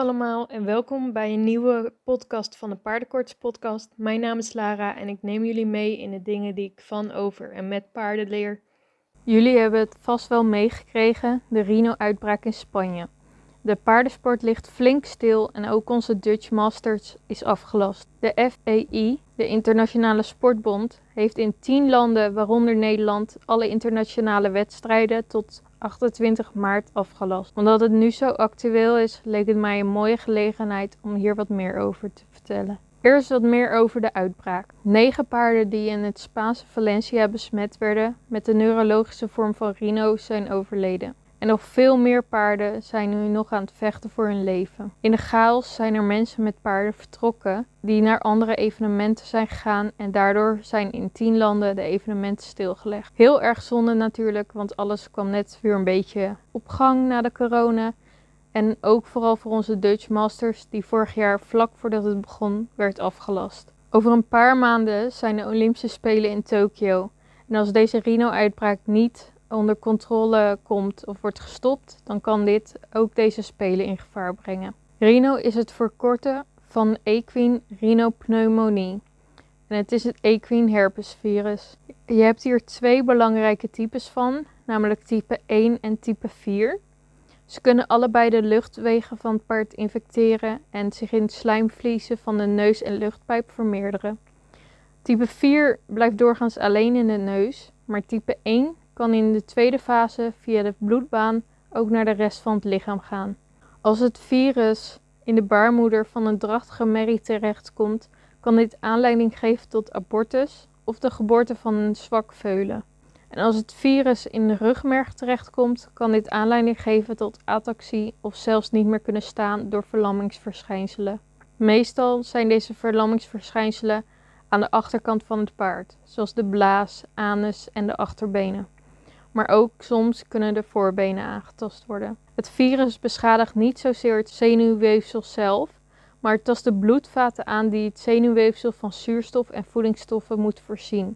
allemaal en welkom bij een nieuwe podcast van de Paardenkoorts podcast. Mijn naam is Lara en ik neem jullie mee in de dingen die ik van, over en met paarden leer. Jullie hebben het vast wel meegekregen, de rhino-uitbraak in Spanje. De paardensport ligt flink stil en ook onze Dutch Masters is afgelast. De FEI, de Internationale Sportbond, heeft in 10 landen, waaronder Nederland, alle internationale wedstrijden tot 28 maart afgelast. Omdat het nu zo actueel is, leek het mij een mooie gelegenheid om hier wat meer over te vertellen. Eerst wat meer over de uitbraak. 9 paarden die in het Spaanse Valencia besmet werden met de neurologische vorm van rhino zijn overleden. En nog veel meer paarden zijn nu nog aan het vechten voor hun leven. In de chaos zijn er mensen met paarden vertrokken die naar andere evenementen zijn gegaan en daardoor zijn in 10 landen de evenementen stilgelegd. Heel erg zonde natuurlijk, want alles kwam net weer een beetje op gang na de corona. En ook vooral voor onze Dutch Masters die vorig jaar vlak voordat het begon werd afgelast. Over een paar maanden zijn de Olympische Spelen in Tokio. En als deze rhino-uitbraak niet onder controle komt of wordt gestopt, dan kan dit ook deze spelen in gevaar brengen. Rhino is het verkorten van equine rhinopneumonie. En het is het equine herpesvirus. Je hebt hier 2 belangrijke types van, namelijk type 1 en type 4. Ze kunnen allebei de luchtwegen van het paard infecteren en zich in slijmvliezen van de neus en luchtpijp vermeerderen. Type 4 blijft doorgaans alleen in de neus, maar type 1 kan in de tweede fase via de bloedbaan ook naar de rest van het lichaam gaan. Als het virus in de baarmoeder van een drachtige merrie terechtkomt, kan dit aanleiding geven tot abortus of de geboorte van een zwak veulen. En als het virus in de rugmerg terechtkomt, kan dit aanleiding geven tot ataxie of zelfs niet meer kunnen staan door verlammingsverschijnselen. Meestal zijn deze verlammingsverschijnselen aan de achterkant van het paard, zoals de blaas, anus en de achterbenen. Maar ook soms kunnen de voorbenen aangetast worden. Het virus beschadigt niet zozeer het zenuwweefsel zelf, maar het tast de bloedvaten aan die het zenuwweefsel van zuurstof en voedingsstoffen moet voorzien.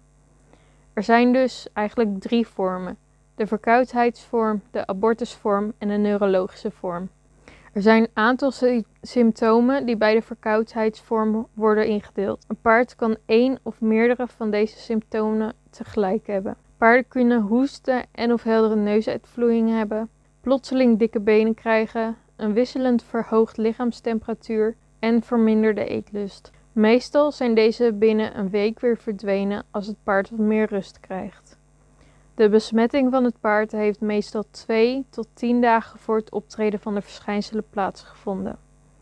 Er zijn dus eigenlijk 3 vormen: de verkoudheidsvorm, de abortusvorm en de neurologische vorm. Er zijn een aantal symptomen die bij de verkoudheidsvorm worden ingedeeld. Een paard kan 1 of meerdere van deze symptomen tegelijk hebben. Paarden kunnen hoesten en of heldere neusuitvloeiing hebben, plotseling dikke benen krijgen, een wisselend verhoogd lichaamstemperatuur en verminderde eetlust. Meestal zijn deze binnen een week weer verdwenen als het paard wat meer rust krijgt. De besmetting van het paard heeft meestal 2 tot 10 dagen voor het optreden van de verschijnselen plaatsgevonden.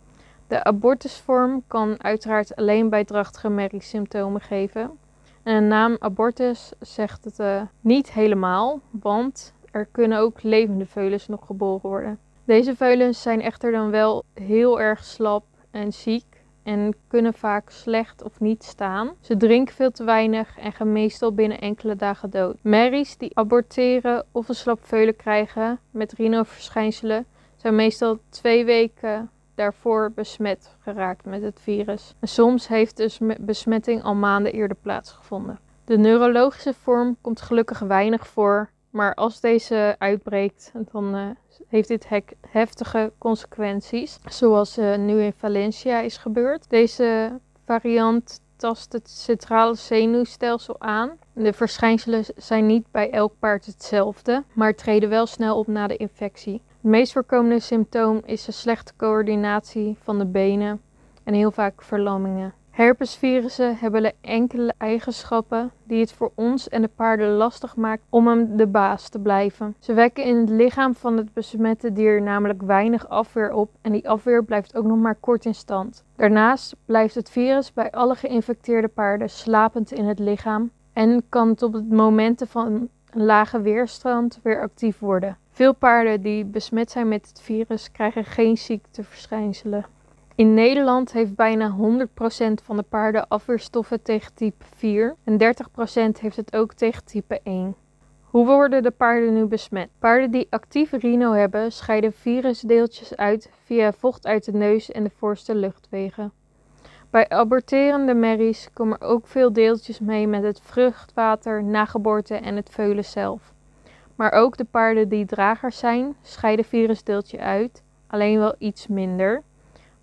De abortusvorm kan uiteraard alleen bij drachtige merrie symptomen geven. En de naam abortus zegt het niet helemaal, want er kunnen ook levende veulens nog geboren worden. Deze veulens zijn echter dan wel heel erg slap en ziek en kunnen vaak slecht of niet staan. Ze drinken veel te weinig en gaan meestal binnen enkele dagen dood. Merries die aborteren of een slap veulen krijgen met rhinoverschijnselen zijn meestal 2 weken daarvoor besmet geraakt met het virus. En soms heeft de besmetting al maanden eerder plaatsgevonden. De neurologische vorm komt gelukkig weinig voor, maar als deze uitbreekt, dan heeft dit heftige consequenties, zoals nu in Valencia is gebeurd. Deze variant tast het centrale zenuwstelsel aan. De verschijnselen zijn niet bij elk paard hetzelfde, maar treden wel snel op na de infectie. Het meest voorkomende symptoom is de slechte coördinatie van de benen en heel vaak verlammingen. Herpesvirussen hebben enkele eigenschappen die het voor ons en de paarden lastig maakt om hem de baas te blijven. Ze wekken in het lichaam van het besmette dier namelijk weinig afweer op en die afweer blijft ook nog maar kort in stand. Daarnaast blijft het virus bij alle geïnfecteerde paarden slapend in het lichaam en kan het op het momenten van een lage weerstand weer actief worden. Veel paarden die besmet zijn met het virus krijgen geen ziekteverschijnselen. In Nederland heeft bijna 100% van de paarden afweerstoffen tegen type 4 en 30% heeft het ook tegen type 1. Hoe worden de paarden nu besmet? Paarden die actieve rhino hebben scheiden virusdeeltjes uit via vocht uit de neus en de voorste luchtwegen. Bij aborterende merries komen ook veel deeltjes mee met het vruchtwater, na geboorte en het veulen zelf. Maar ook de paarden die dragers zijn, scheiden virusdeeltje uit, alleen wel iets minder.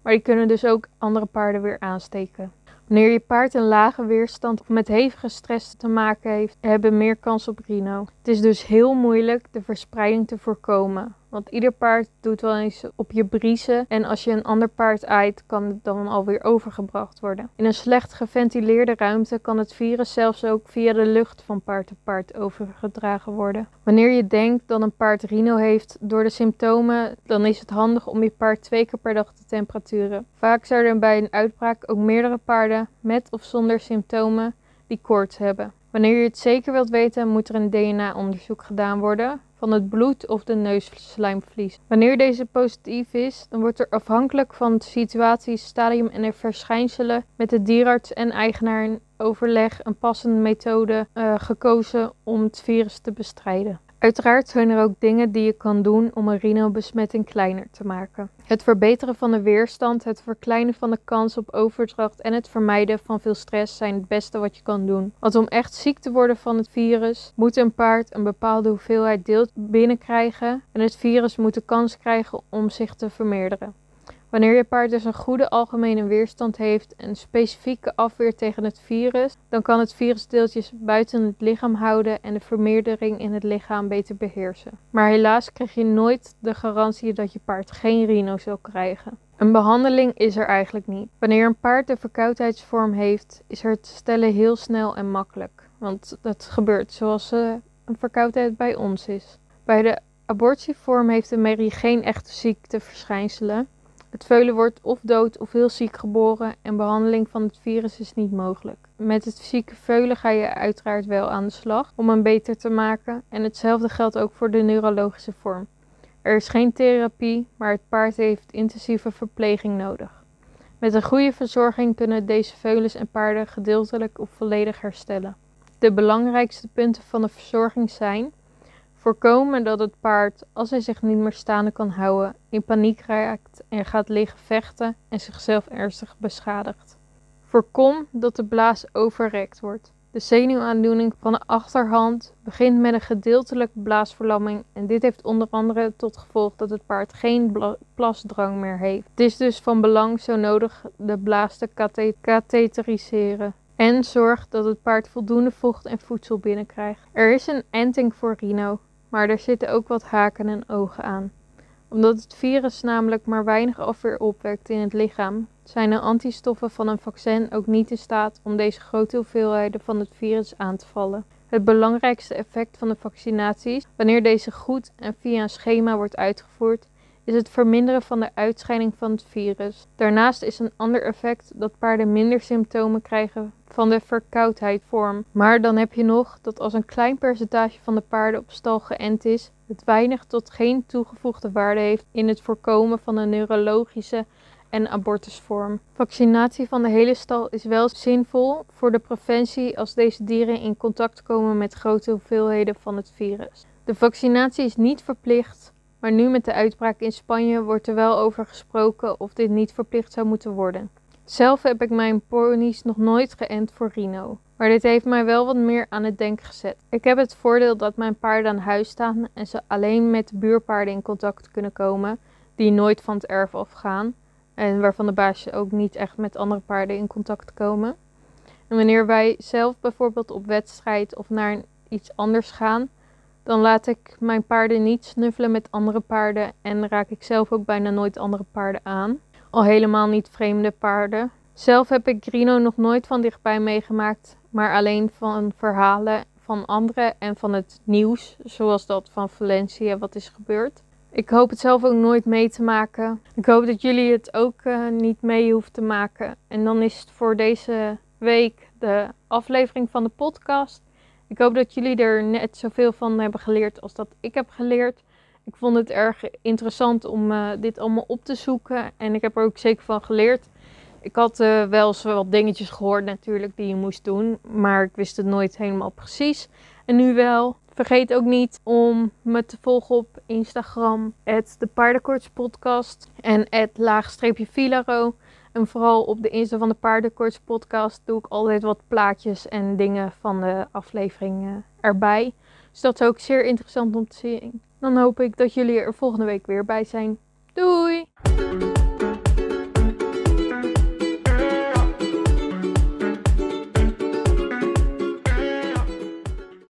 maar die kunnen dus ook andere paarden weer aansteken. Wanneer je paard een lage weerstand of met hevige stress te maken heeft, hebben meer kans op rhino. Het is dus heel moeilijk de verspreiding te voorkomen. Want ieder paard doet wel eens op je briezen en als je een ander paard aait, kan het dan alweer overgebracht worden. In een slecht geventileerde ruimte kan het virus zelfs ook via de lucht van paard op paard overgedragen worden. Wanneer je denkt dat een paard rhino heeft door de symptomen, dan is het handig om je paard 2 keer per dag te temperaturen. Vaak zijn er bij een uitbraak ook meerdere paarden met of zonder symptomen die koorts hebben. Wanneer je het zeker wilt weten, moet er een DNA-onderzoek gedaan worden van het bloed of de neusslijmvlies. Wanneer deze positief is, dan wordt er afhankelijk van de situatie, stadium en de verschijnselen met de dierarts en eigenaar in overleg een passende methode gekozen om het virus te bestrijden. Uiteraard zijn er ook dingen die je kan doen om een rhinobesmetting kleiner te maken. Het verbeteren van de weerstand, het verkleinen van de kans op overdracht en het vermijden van veel stress zijn het beste wat je kan doen. Want om echt ziek te worden van het virus, moet een paard een bepaalde hoeveelheid deel binnenkrijgen en het virus moet de kans krijgen om zich te vermeerderen. Wanneer je paard dus een goede algemene weerstand heeft en specifieke afweer tegen het virus, dan kan het virusdeeltjes buiten het lichaam houden en de vermeerdering in het lichaam beter beheersen. Maar helaas krijg je nooit de garantie dat je paard geen rhino zal krijgen. Een behandeling is er eigenlijk niet. Wanneer een paard de verkoudheidsvorm heeft, is er te stellen heel snel en makkelijk. Want dat gebeurt zoals een verkoudheid bij ons is. Bij de abortievorm heeft de merrie geen echte ziekteverschijnselen. Het veulen wordt of dood of heel ziek geboren en behandeling van het virus is niet mogelijk. Met het zieke veulen ga je uiteraard wel aan de slag om hem beter te maken en hetzelfde geldt ook voor de neurologische vorm. Er is geen therapie, maar het paard heeft intensieve verpleging nodig. Met een goede verzorging kunnen deze veulens en paarden gedeeltelijk of volledig herstellen. De belangrijkste punten van de verzorging zijn: voorkomen dat het paard, als hij zich niet meer staande kan houden, in paniek raakt en gaat liggen vechten en zichzelf ernstig beschadigt. Voorkom dat de blaas overrekt wordt. De zenuwaandoening van de achterhand begint met een gedeeltelijke blaasverlamming en dit heeft onder andere tot gevolg dat het paard geen plasdrang meer heeft. Het is dus van belang zo nodig de blaas te katheteriseren. En zorg dat het paard voldoende vocht en voedsel binnenkrijgt. Er is een enting voor rhino, maar er zitten ook wat haken en ogen aan. Omdat het virus namelijk maar weinig afweer opwekt in het lichaam, zijn de antistoffen van een vaccin ook niet in staat om deze grote hoeveelheden van het virus aan te vallen. Het belangrijkste effect van de vaccinaties, wanneer deze goed en via een schema wordt uitgevoerd, is het verminderen van de uitscheiding van het virus. Daarnaast is een ander effect dat paarden minder symptomen krijgen van de verkoudheidvorm. Maar dan heb je nog dat als een klein percentage van de paarden op stal geënt is, het weinig tot geen toegevoegde waarde heeft in het voorkomen van een neurologische en abortusvorm. Vaccinatie van de hele stal is wel zinvol voor de preventie als deze dieren in contact komen met grote hoeveelheden van het virus. De vaccinatie is niet verplicht, maar nu met de uitbraak in Spanje wordt er wel over gesproken of dit niet verplicht zou moeten worden. Zelf heb ik mijn ponies nog nooit geënt voor rhino, maar dit heeft mij wel wat meer aan het denken gezet. Ik heb het voordeel dat mijn paarden aan huis staan en ze alleen met de buurpaarden in contact kunnen komen, die nooit van het erf afgaan en waarvan de baasjes ook niet echt met andere paarden in contact komen. En wanneer wij zelf bijvoorbeeld op wedstrijd of naar iets anders gaan, dan laat ik mijn paarden niet snuffelen met andere paarden en raak ik zelf ook bijna nooit andere paarden aan. Al helemaal niet vreemde paarden. Zelf heb ik rhino nog nooit van dichtbij meegemaakt, maar alleen van verhalen van anderen en van het nieuws, zoals dat van Valencia wat is gebeurd. Ik hoop het zelf ook nooit mee te maken. Ik hoop dat jullie het ook niet mee hoeven te maken. En dan is het voor deze week de aflevering van de podcast. Ik hoop dat jullie er net zoveel van hebben geleerd als dat ik heb geleerd. Ik vond het erg interessant om dit allemaal op te zoeken. En ik heb er ook zeker van geleerd. Ik had wel eens wat dingetjes gehoord natuurlijk die je moest doen. Maar ik wist het nooit helemaal precies. En nu wel. Vergeet ook niet om me te volgen op Instagram. @de paardenkoortspodcast en @_Filaro. En vooral op de Insta van de Paardenkoortspodcast doe ik altijd wat plaatjes en dingen van de aflevering erbij. Dus dat is ook zeer interessant om te zien. Dan hoop ik dat jullie er volgende week weer bij zijn. Doei!